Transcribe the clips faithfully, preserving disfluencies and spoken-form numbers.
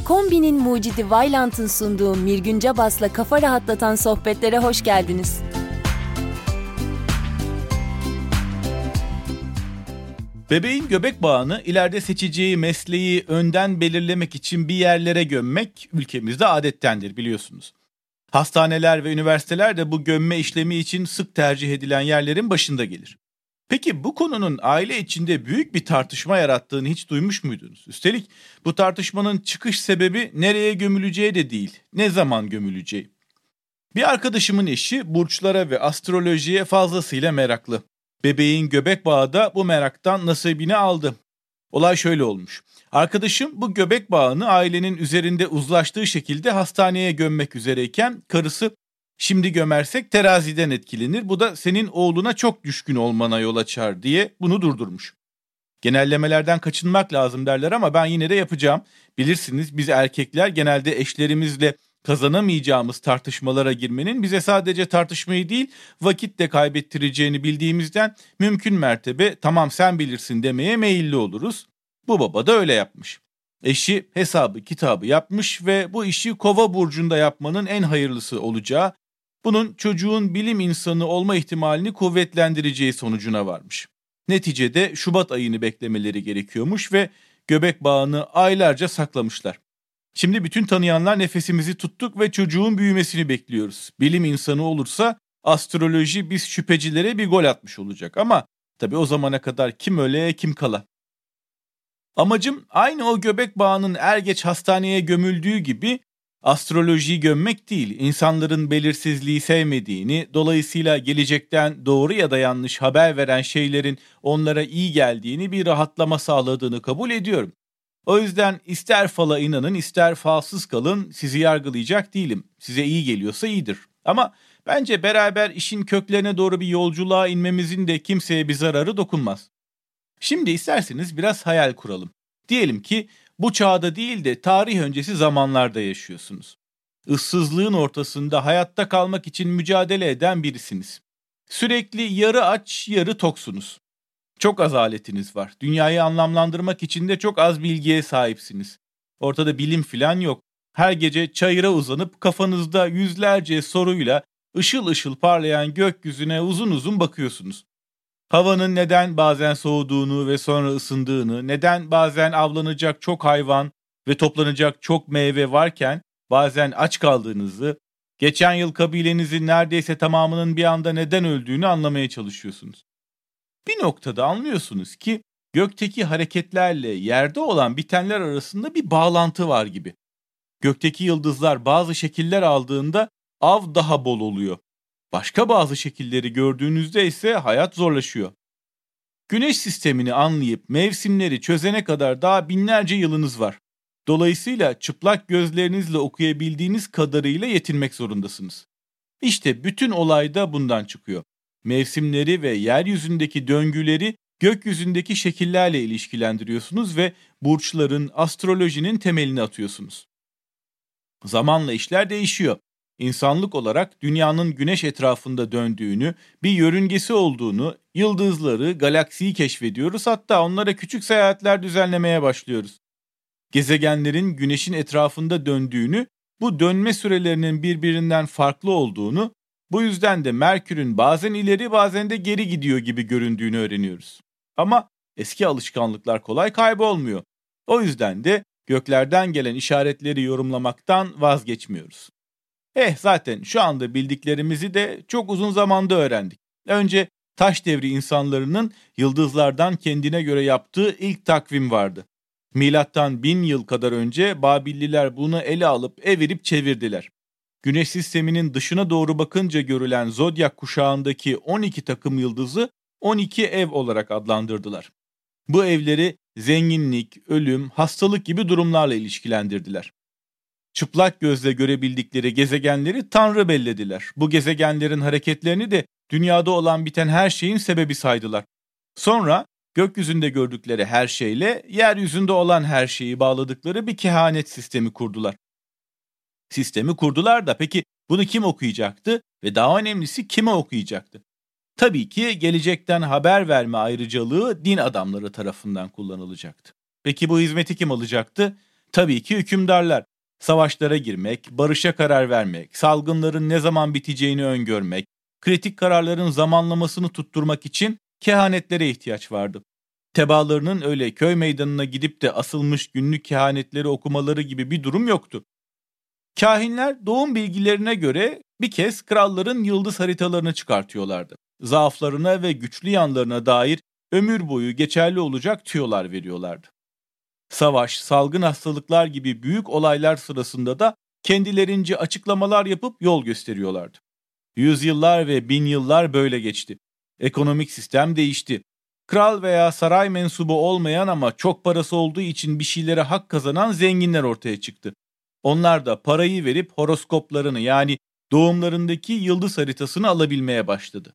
Kombinin mucidi Vailant'ın sunduğu Mirgün Bas'la kafa rahatlatan sohbetlere hoş geldiniz. Bebeğin göbek bağını ileride seçeceği mesleği önden belirlemek için bir yerlere gömmek ülkemizde adettendir, biliyorsunuz. Hastaneler ve üniversiteler de bu gömme işlemi için sık tercih edilen yerlerin başında gelir. Peki bu konunun aile içinde büyük bir tartışma yarattığını hiç duymuş muydunuz? Üstelik bu tartışmanın çıkış sebebi nereye gömüleceği de değil, ne zaman gömüleceği. Bir arkadaşımın eşi burçlara ve astrolojiye fazlasıyla meraklı. Bebeğin göbek bağı da bu meraktan nasibini aldı. Olay şöyle olmuş. Arkadaşım bu göbek bağını ailenin üzerinde uzlaştığı şekilde hastaneye gömmek üzereyken karısı "Şimdi gömersek teraziden etkilenir, bu da senin oğluna çok düşkün olmana yol açar" diye bunu durdurmuş. Genellemelerden kaçınmak lazım derler ama ben yine de yapacağım. Bilirsiniz, biz erkekler genelde eşlerimizle kazanamayacağımız tartışmalara girmenin bize sadece tartışmayı değil vakit de kaybettireceğini bildiğimizden mümkün mertebe "tamam sen bilirsin" demeye meyilli oluruz. Bu baba da öyle yapmış. Eşi hesabı kitabı yapmış ve bu işi Kova burcunda yapmanın en hayırlısı olacağı, bunun çocuğun bilim insanı olma ihtimalini kuvvetlendireceği sonucuna varmış. Neticede Şubat ayını beklemeleri gerekiyormuş ve göbek bağını aylarca saklamışlar. Şimdi bütün tanıyanlar nefesimizi tuttuk ve çocuğun büyümesini bekliyoruz. Bilim insanı olursa astroloji biz şüphecilere bir gol atmış olacak ama tabii o zamana kadar kim öle kim kala. Amacım aynı o göbek bağının er geç hastaneye gömüldüğü gibi astrolojiyi gömmek değil, insanların belirsizliği sevmediğini, dolayısıyla gelecekten doğru ya da yanlış haber veren şeylerin onlara iyi geldiğini, bir rahatlama sağladığını kabul ediyorum. O yüzden ister fala inanın ister falsız kalın, sizi yargılayacak değilim. Size iyi geliyorsa iyidir. Ama bence beraber işin köklerine doğru bir yolculuğa inmemizin de kimseye bir zararı dokunmaz. Şimdi isterseniz biraz hayal kuralım. Diyelim ki bu çağda değil de tarih öncesi zamanlarda yaşıyorsunuz. Issızlığın ortasında hayatta kalmak için mücadele eden birisiniz. Sürekli yarı aç yarı toksunuz. Çok az aletiniz var. Dünyayı anlamlandırmak için de çok az bilgiye sahipsiniz. Ortada bilim filan yok. Her gece çayıra uzanıp kafanızda yüzlerce soruyla ışıl ışıl parlayan gökyüzüne uzun uzun bakıyorsunuz. Havanın neden bazen soğuduğunu ve sonra ısındığını, neden bazen avlanacak çok hayvan ve toplanacak çok meyve varken bazen aç kaldığınızı, geçen yıl kabilenizin neredeyse tamamının bir anda neden öldüğünü anlamaya çalışıyorsunuz. Bir noktada anlıyorsunuz ki gökteki hareketlerle yerde olan bitenler arasında bir bağlantı var gibi. Gökteki yıldızlar bazı şekiller aldığında av daha bol oluyor. Başka bazı şekilleri gördüğünüzde ise hayat zorlaşıyor. Güneş sistemini anlayıp mevsimleri çözene kadar daha binlerce yılınız var. Dolayısıyla çıplak gözlerinizle okuyabildiğiniz kadarıyla yetinmek zorundasınız. İşte bütün olay da bundan çıkıyor. Mevsimleri ve yeryüzündeki döngüleri gökyüzündeki şekillerle ilişkilendiriyorsunuz ve burçların, astrolojinin temelini atıyorsunuz. Zamanla işler değişiyor. İnsanlık olarak dünyanın güneş etrafında döndüğünü, bir yörüngesi olduğunu, yıldızları, galaksiyi keşfediyoruz, hatta onlara küçük seyahatler düzenlemeye başlıyoruz. Gezegenlerin güneşin etrafında döndüğünü, bu dönme sürelerinin birbirinden farklı olduğunu, bu yüzden de Merkür'ün bazen ileri bazen de geri gidiyor gibi göründüğünü öğreniyoruz. Ama eski alışkanlıklar kolay kaybolmuyor. O yüzden de göklerden gelen işaretleri yorumlamaktan vazgeçmiyoruz. Eh zaten şu anda bildiklerimizi de çok uzun zamanda öğrendik. Önce Taş devri insanlarının yıldızlardan kendine göre yaptığı ilk takvim vardı. Milattan bin yıl kadar önce Babilliler bunu ele alıp evirip çevirdiler. Güneş sisteminin dışına doğru bakınca görülen zodyak kuşağındaki on iki takım yıldızı on iki ev olarak adlandırdılar. Bu evleri zenginlik, ölüm, hastalık gibi durumlarla ilişkilendirdiler. Çıplak gözle görebildikleri gezegenleri Tanrı bellediler. Bu gezegenlerin hareketlerini de dünyada olan biten her şeyin sebebi saydılar. Sonra gökyüzünde gördükleri her şeyle yeryüzünde olan her şeyi bağladıkları bir kehanet sistemi kurdular. Sistemi kurdular da peki bunu kim okuyacaktı ve daha önemlisi kime okuyacaktı? Tabii ki gelecekten haber verme ayrıcalığı din adamları tarafından kullanılacaktı. Peki bu hizmeti kim alacaktı? Tabii ki hükümdarlar. Savaşlara girmek, barışa karar vermek, salgınların ne zaman biteceğini öngörmek, kritik kararların zamanlamasını tutturmak için kehanetlere ihtiyaç vardı. Tebaalarının öyle köy meydanına gidip de asılmış günlük kehanetleri okumaları gibi bir durum yoktu. Kahinler doğum bilgilerine göre bir kez kralların yıldız haritalarını çıkartıyorlardı. Zaaflarına ve güçlü yanlarına dair ömür boyu geçerli olacak tüyolar veriyorlardı. Savaş, salgın hastalıklar gibi büyük olaylar sırasında da kendilerince açıklamalar yapıp yol gösteriyorlardı. Yüzyıllar ve bin yıllar böyle geçti. Ekonomik sistem değişti. Kral veya saray mensubu olmayan ama çok parası olduğu için bir şeylere hak kazanan zenginler ortaya çıktı. Onlar da parayı verip horoskoplarını, yani doğumlarındaki yıldız haritasını alabilmeye başladı.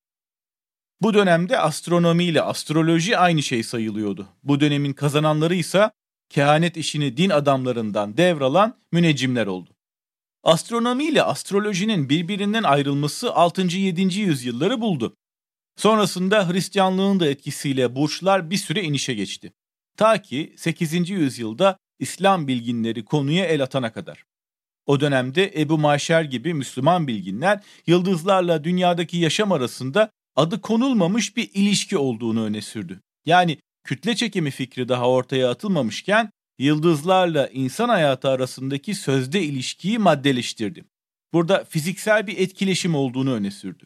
Bu dönemde astronomi ile astroloji aynı şey sayılıyordu. Bu dönemin kazananları ise kehanet işini din adamlarından devralan müneccimler oldu. Astronomi ile astrolojinin birbirinden ayrılması altıncı yedinci yüzyılları buldu. Sonrasında Hristiyanlığın da etkisiyle burçlar bir süre inişe geçti. Ta ki sekizinci yüzyılda İslam bilginleri konuya el atana kadar. O dönemde Ebu Maşer gibi Müslüman bilginler yıldızlarla dünyadaki yaşam arasında adı konulmamış bir ilişki olduğunu öne sürdü. Yani kütle çekimi fikri daha ortaya atılmamışken yıldızlarla insan hayatı arasındaki sözde ilişkiyi maddeleştirdi. Burada fiziksel bir etkileşim olduğunu öne sürdü.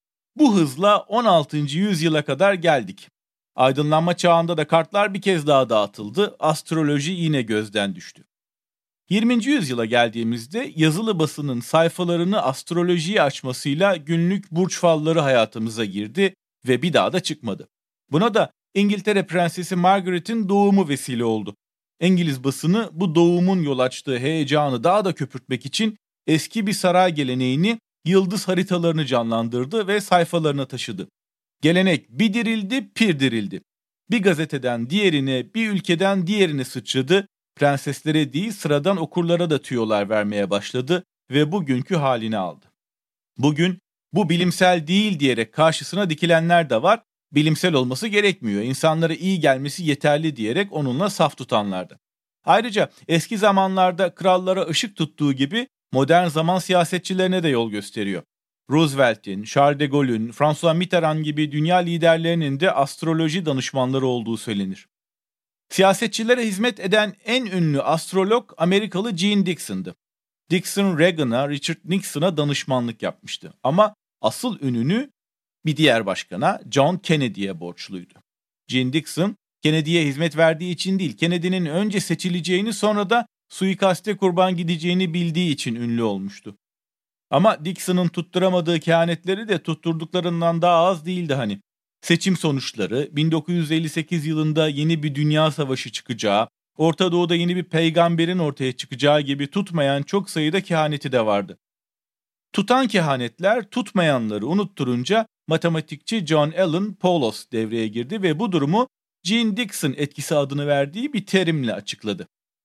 Bu hızla on altıncı yüzyıla kadar geldik. Aydınlanma çağında da kartlar bir kez daha dağıtıldı, astroloji yine gözden düştü. yirminci yüzyıla geldiğimizde yazılı basının sayfalarını astrolojiye açmasıyla günlük burç falları hayatımıza girdi ve bir daha da çıkmadı. Buna da İngiltere Prensesi Margaret'in doğumu vesile oldu. İngiliz basını bu doğumun yol açtığı heyecanı daha da köpürtmek için eski bir saray geleneğini, yıldız haritalarını canlandırdı ve sayfalarına taşıdı. Gelenek bir dirildi, pir dirildi. Bir gazeteden diğerine, bir ülkeden diğerine sıçradı. Prenseslere değil sıradan okurlara da tüyolar vermeye başladı ve bugünkü halini aldı. Bugün bu bilimsel değil diyerek karşısına dikilenler de var. Bilimsel olması gerekmiyor, insanlara iyi gelmesi yeterli diyerek onunla saf tutanlar da. Ayrıca eski zamanlarda krallara ışık tuttuğu gibi modern zaman siyasetçilerine de yol gösteriyor. Roosevelt'in, Charles de Gaulle'ün, François Mitterrand gibi dünya liderlerinin de astroloji danışmanları olduğu söylenir. Siyasetçilere hizmet eden en ünlü astrolog Amerikalı Jeane Dixon'dı. Dixon, Reagan'a, Richard Nixon'a danışmanlık yapmıştı. Ama asıl ününü bir diğer başkana, John Kennedy'ye borçluydu. Jeane Dixon, Kennedy'ye hizmet verdiği için değil, Kennedy'nin önce seçileceğini sonra da suikaste kurban gideceğini bildiği için ünlü olmuştu. Ama Dixon'ın tutturamadığı kehanetleri de tutturduklarından daha az değildi hani. Seçim sonuçları, bin dokuz yüz elli sekiz yılında yeni bir dünya savaşı çıkacağı, Orta Doğu'da yeni bir peygamberin ortaya çıkacağı gibi tutmayan çok sayıda kehaneti de vardı. Tutan kehanetler tutmayanları unutturunca matematikçi John Allen Paulos devreye girdi ve bu durumu Jeane Dixon etkisi adını verdiği bir terimle açıkladı.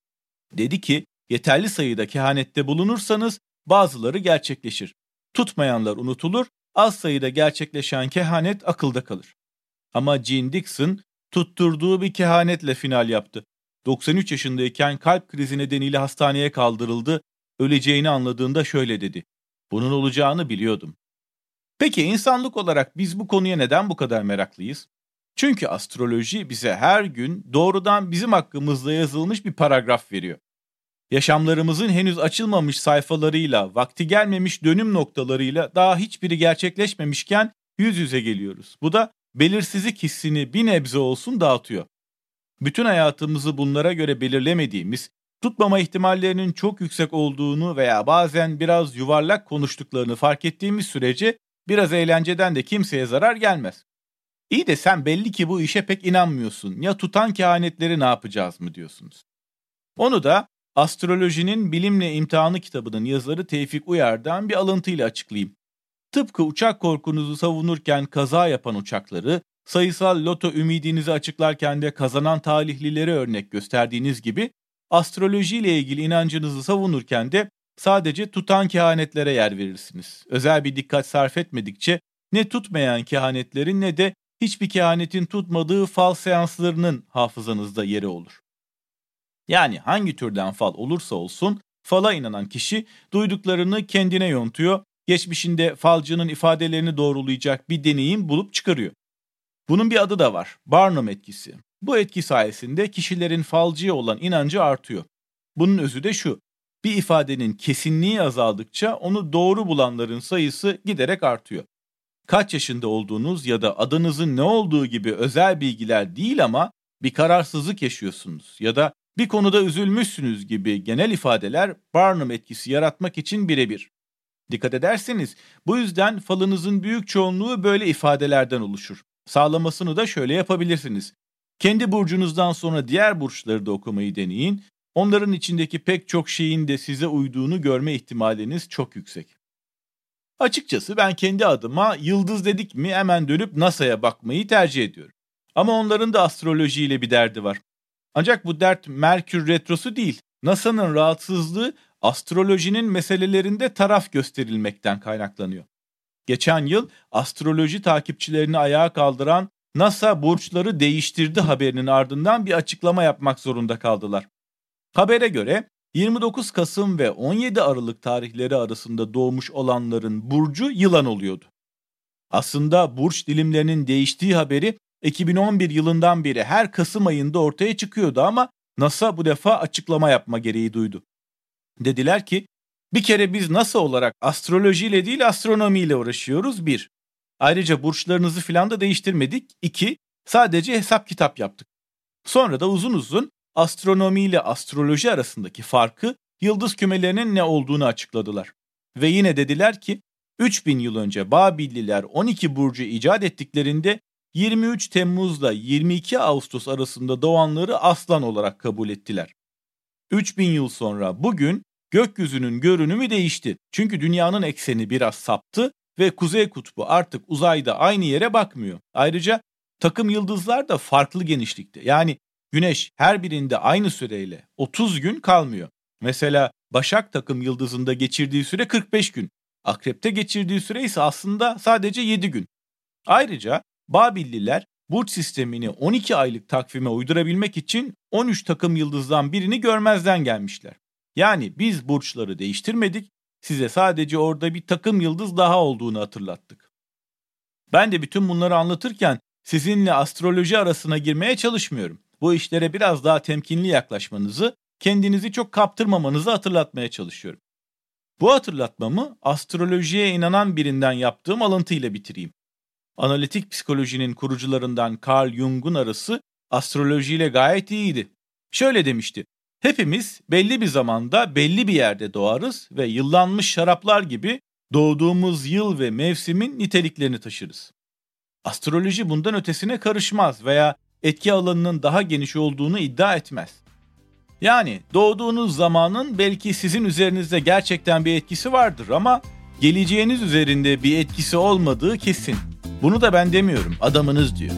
Dedi ki, yeterli sayıda kehanette bulunursanız bazıları gerçekleşir. Tutmayanlar unutulur, az sayıda gerçekleşen kehanet akılda kalır. Ama Jeane Dixon tutturduğu bir kehanetle final yaptı. doksan üç yaşındayken kalp krizi nedeniyle hastaneye kaldırıldı. Öleceğini anladığında şöyle dedi: "Bunun olacağını biliyordum." Peki insanlık olarak biz bu konuya neden bu kadar meraklıyız? Çünkü astroloji bize her gün doğrudan bizim hakkımızda yazılmış bir paragraf veriyor. Yaşamlarımızın henüz açılmamış sayfalarıyla, vakti gelmemiş dönüm noktalarıyla daha hiçbiri gerçekleşmemişken yüz yüze geliyoruz. Bu da belirsizlik hissini bir nebze olsun dağıtıyor. Bütün hayatımızı bunlara göre belirlemediğimiz, tutmama ihtimallerinin çok yüksek olduğunu veya bazen biraz yuvarlak konuştuklarını fark ettiğimiz sürece biraz eğlenceden de kimseye zarar gelmez. İyi de sen belli ki bu işe pek inanmıyorsun. Ya tutan kehanetleri ne yapacağız mı diyorsunuz? Onu da Astrolojinin Bilimle İmtihanı kitabının yazarı Tevfik Uyar'dan bir alıntıyla açıklayayım. Tıpkı uçak korkunuzu savunurken kaza yapan uçakları, sayısal loto ümidinizi açıklarken de kazanan talihlileri örnek gösterdiğiniz gibi, astrolojiyle ilgili inancınızı savunurken de sadece tutan kehanetlere yer verirsiniz. Özel bir dikkat sarf etmedikçe ne tutmayan kehanetlerin ne de hiçbir kehanetin tutmadığı fal seanslarının hafızanızda yeri olur. Yani hangi türden fal olursa olsun fala inanan kişi duyduklarını kendine yontuyor, geçmişinde falcının ifadelerini doğrulayacak bir deneyim bulup çıkarıyor. Bunun bir adı da var, Barnum etkisi. Bu etki sayesinde kişilerin falcıya olan inancı artıyor. Bunun özü de şu, bir ifadenin kesinliği azaldıkça onu doğru bulanların sayısı giderek artıyor. Kaç yaşında olduğunuz ya da adınızın ne olduğu gibi özel bilgiler değil ama bir kararsızlık yaşıyorsunuz ya da bir konuda üzülmüşsünüz gibi genel ifadeler Barnum etkisi yaratmak için birebir. Dikkat ederseniz bu yüzden falınızın büyük çoğunluğu böyle ifadelerden oluşur. Sağlamasını da şöyle yapabilirsiniz. Kendi burcunuzdan sonra diğer burçları da okumayı deneyin. Onların içindeki pek çok şeyin de size uyduğunu görme ihtimaliniz çok yüksek. Açıkçası ben kendi adıma yıldız dedik mi hemen dönüp NASA'ya bakmayı tercih ediyorum. Ama onların da astrolojiyle bir derdi var. Ancak bu dert Merkür Retrosu değil. NASA'nın rahatsızlığı astrolojinin meselelerinde taraf gösterilmekten kaynaklanıyor. Geçen yıl astroloji takipçilerini ayağa kaldıran NASA burçları değiştirdi haberinin ardından bir açıklama yapmak zorunda kaldılar. Habere göre yirmi dokuz Kasım ve on yedi Aralık tarihleri arasında doğmuş olanların burcu yılan oluyordu. Aslında burç dilimlerinin değiştiği haberi iki bin on bir yılından beri her Kasım ayında ortaya çıkıyordu ama NASA bu defa açıklama yapma gereği duydu. Dediler ki, bir kere biz NASA olarak astrolojiyle değil astronomiyle uğraşıyoruz bir. Ayrıca burçlarınızı filan da değiştirmedik. İki, sadece hesap kitap yaptık. Sonra da uzun uzun astronomi ile astroloji arasındaki farkı, yıldız kümelerinin ne olduğunu açıkladılar. Ve yine dediler ki, üç bin yıl önce Babilliler on iki burcu icat ettiklerinde yirmi üç Temmuz'la yirmi iki Ağustos arasında doğanları aslan olarak kabul ettiler. üç bin yıl sonra bugün gökyüzünün görünümü değişti. Çünkü dünyanın ekseni biraz saptı ve Kuzey Kutbu artık uzayda aynı yere bakmıyor. Ayrıca takım yıldızlar da farklı genişlikte. Yani Güneş her birinde aynı süreyle otuz gün kalmıyor. Mesela Başak takım yıldızında geçirdiği süre kırk beş gün. Akrep'te geçirdiği süre ise aslında sadece yedi gün. Ayrıca Babilliler burç sistemini on iki aylık takvime uydurabilmek için on üç takım yıldızdan birini görmezden gelmişler. Yani biz burçları değiştirmedik, size sadece orada bir takım yıldız daha olduğunu hatırlattık. Ben de bütün bunları anlatırken sizinle astroloji arasına girmeye çalışmıyorum. Bu işlere biraz daha temkinli yaklaşmanızı, kendinizi çok kaptırmamanızı hatırlatmaya çalışıyorum. Bu hatırlatmamı astrolojiye inanan birinden yaptığım alıntıyla bitireyim. Analitik psikolojinin kurucularından Carl Jung'un arası astrolojiyle gayet iyiydi. Şöyle demişti, hepimiz belli bir zamanda belli bir yerde doğarız ve yıllanmış şaraplar gibi doğduğumuz yıl ve mevsimin niteliklerini taşırız. Astroloji bundan ötesine karışmaz veya etki alanının daha geniş olduğunu iddia etmez. Yani doğduğunuz zamanın belki sizin üzerinizde gerçekten bir etkisi vardır ama geleceğiniz üzerinde bir etkisi olmadığı kesin. Bunu da ben demiyorum, adamınız diyor.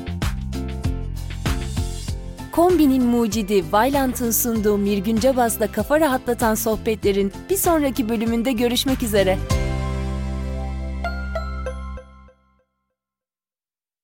Kombinin mucidi Vailant'ın sunduğu Mirgün Cabas'la kafa rahatlatan sohbetlerin bir sonraki bölümünde görüşmek üzere.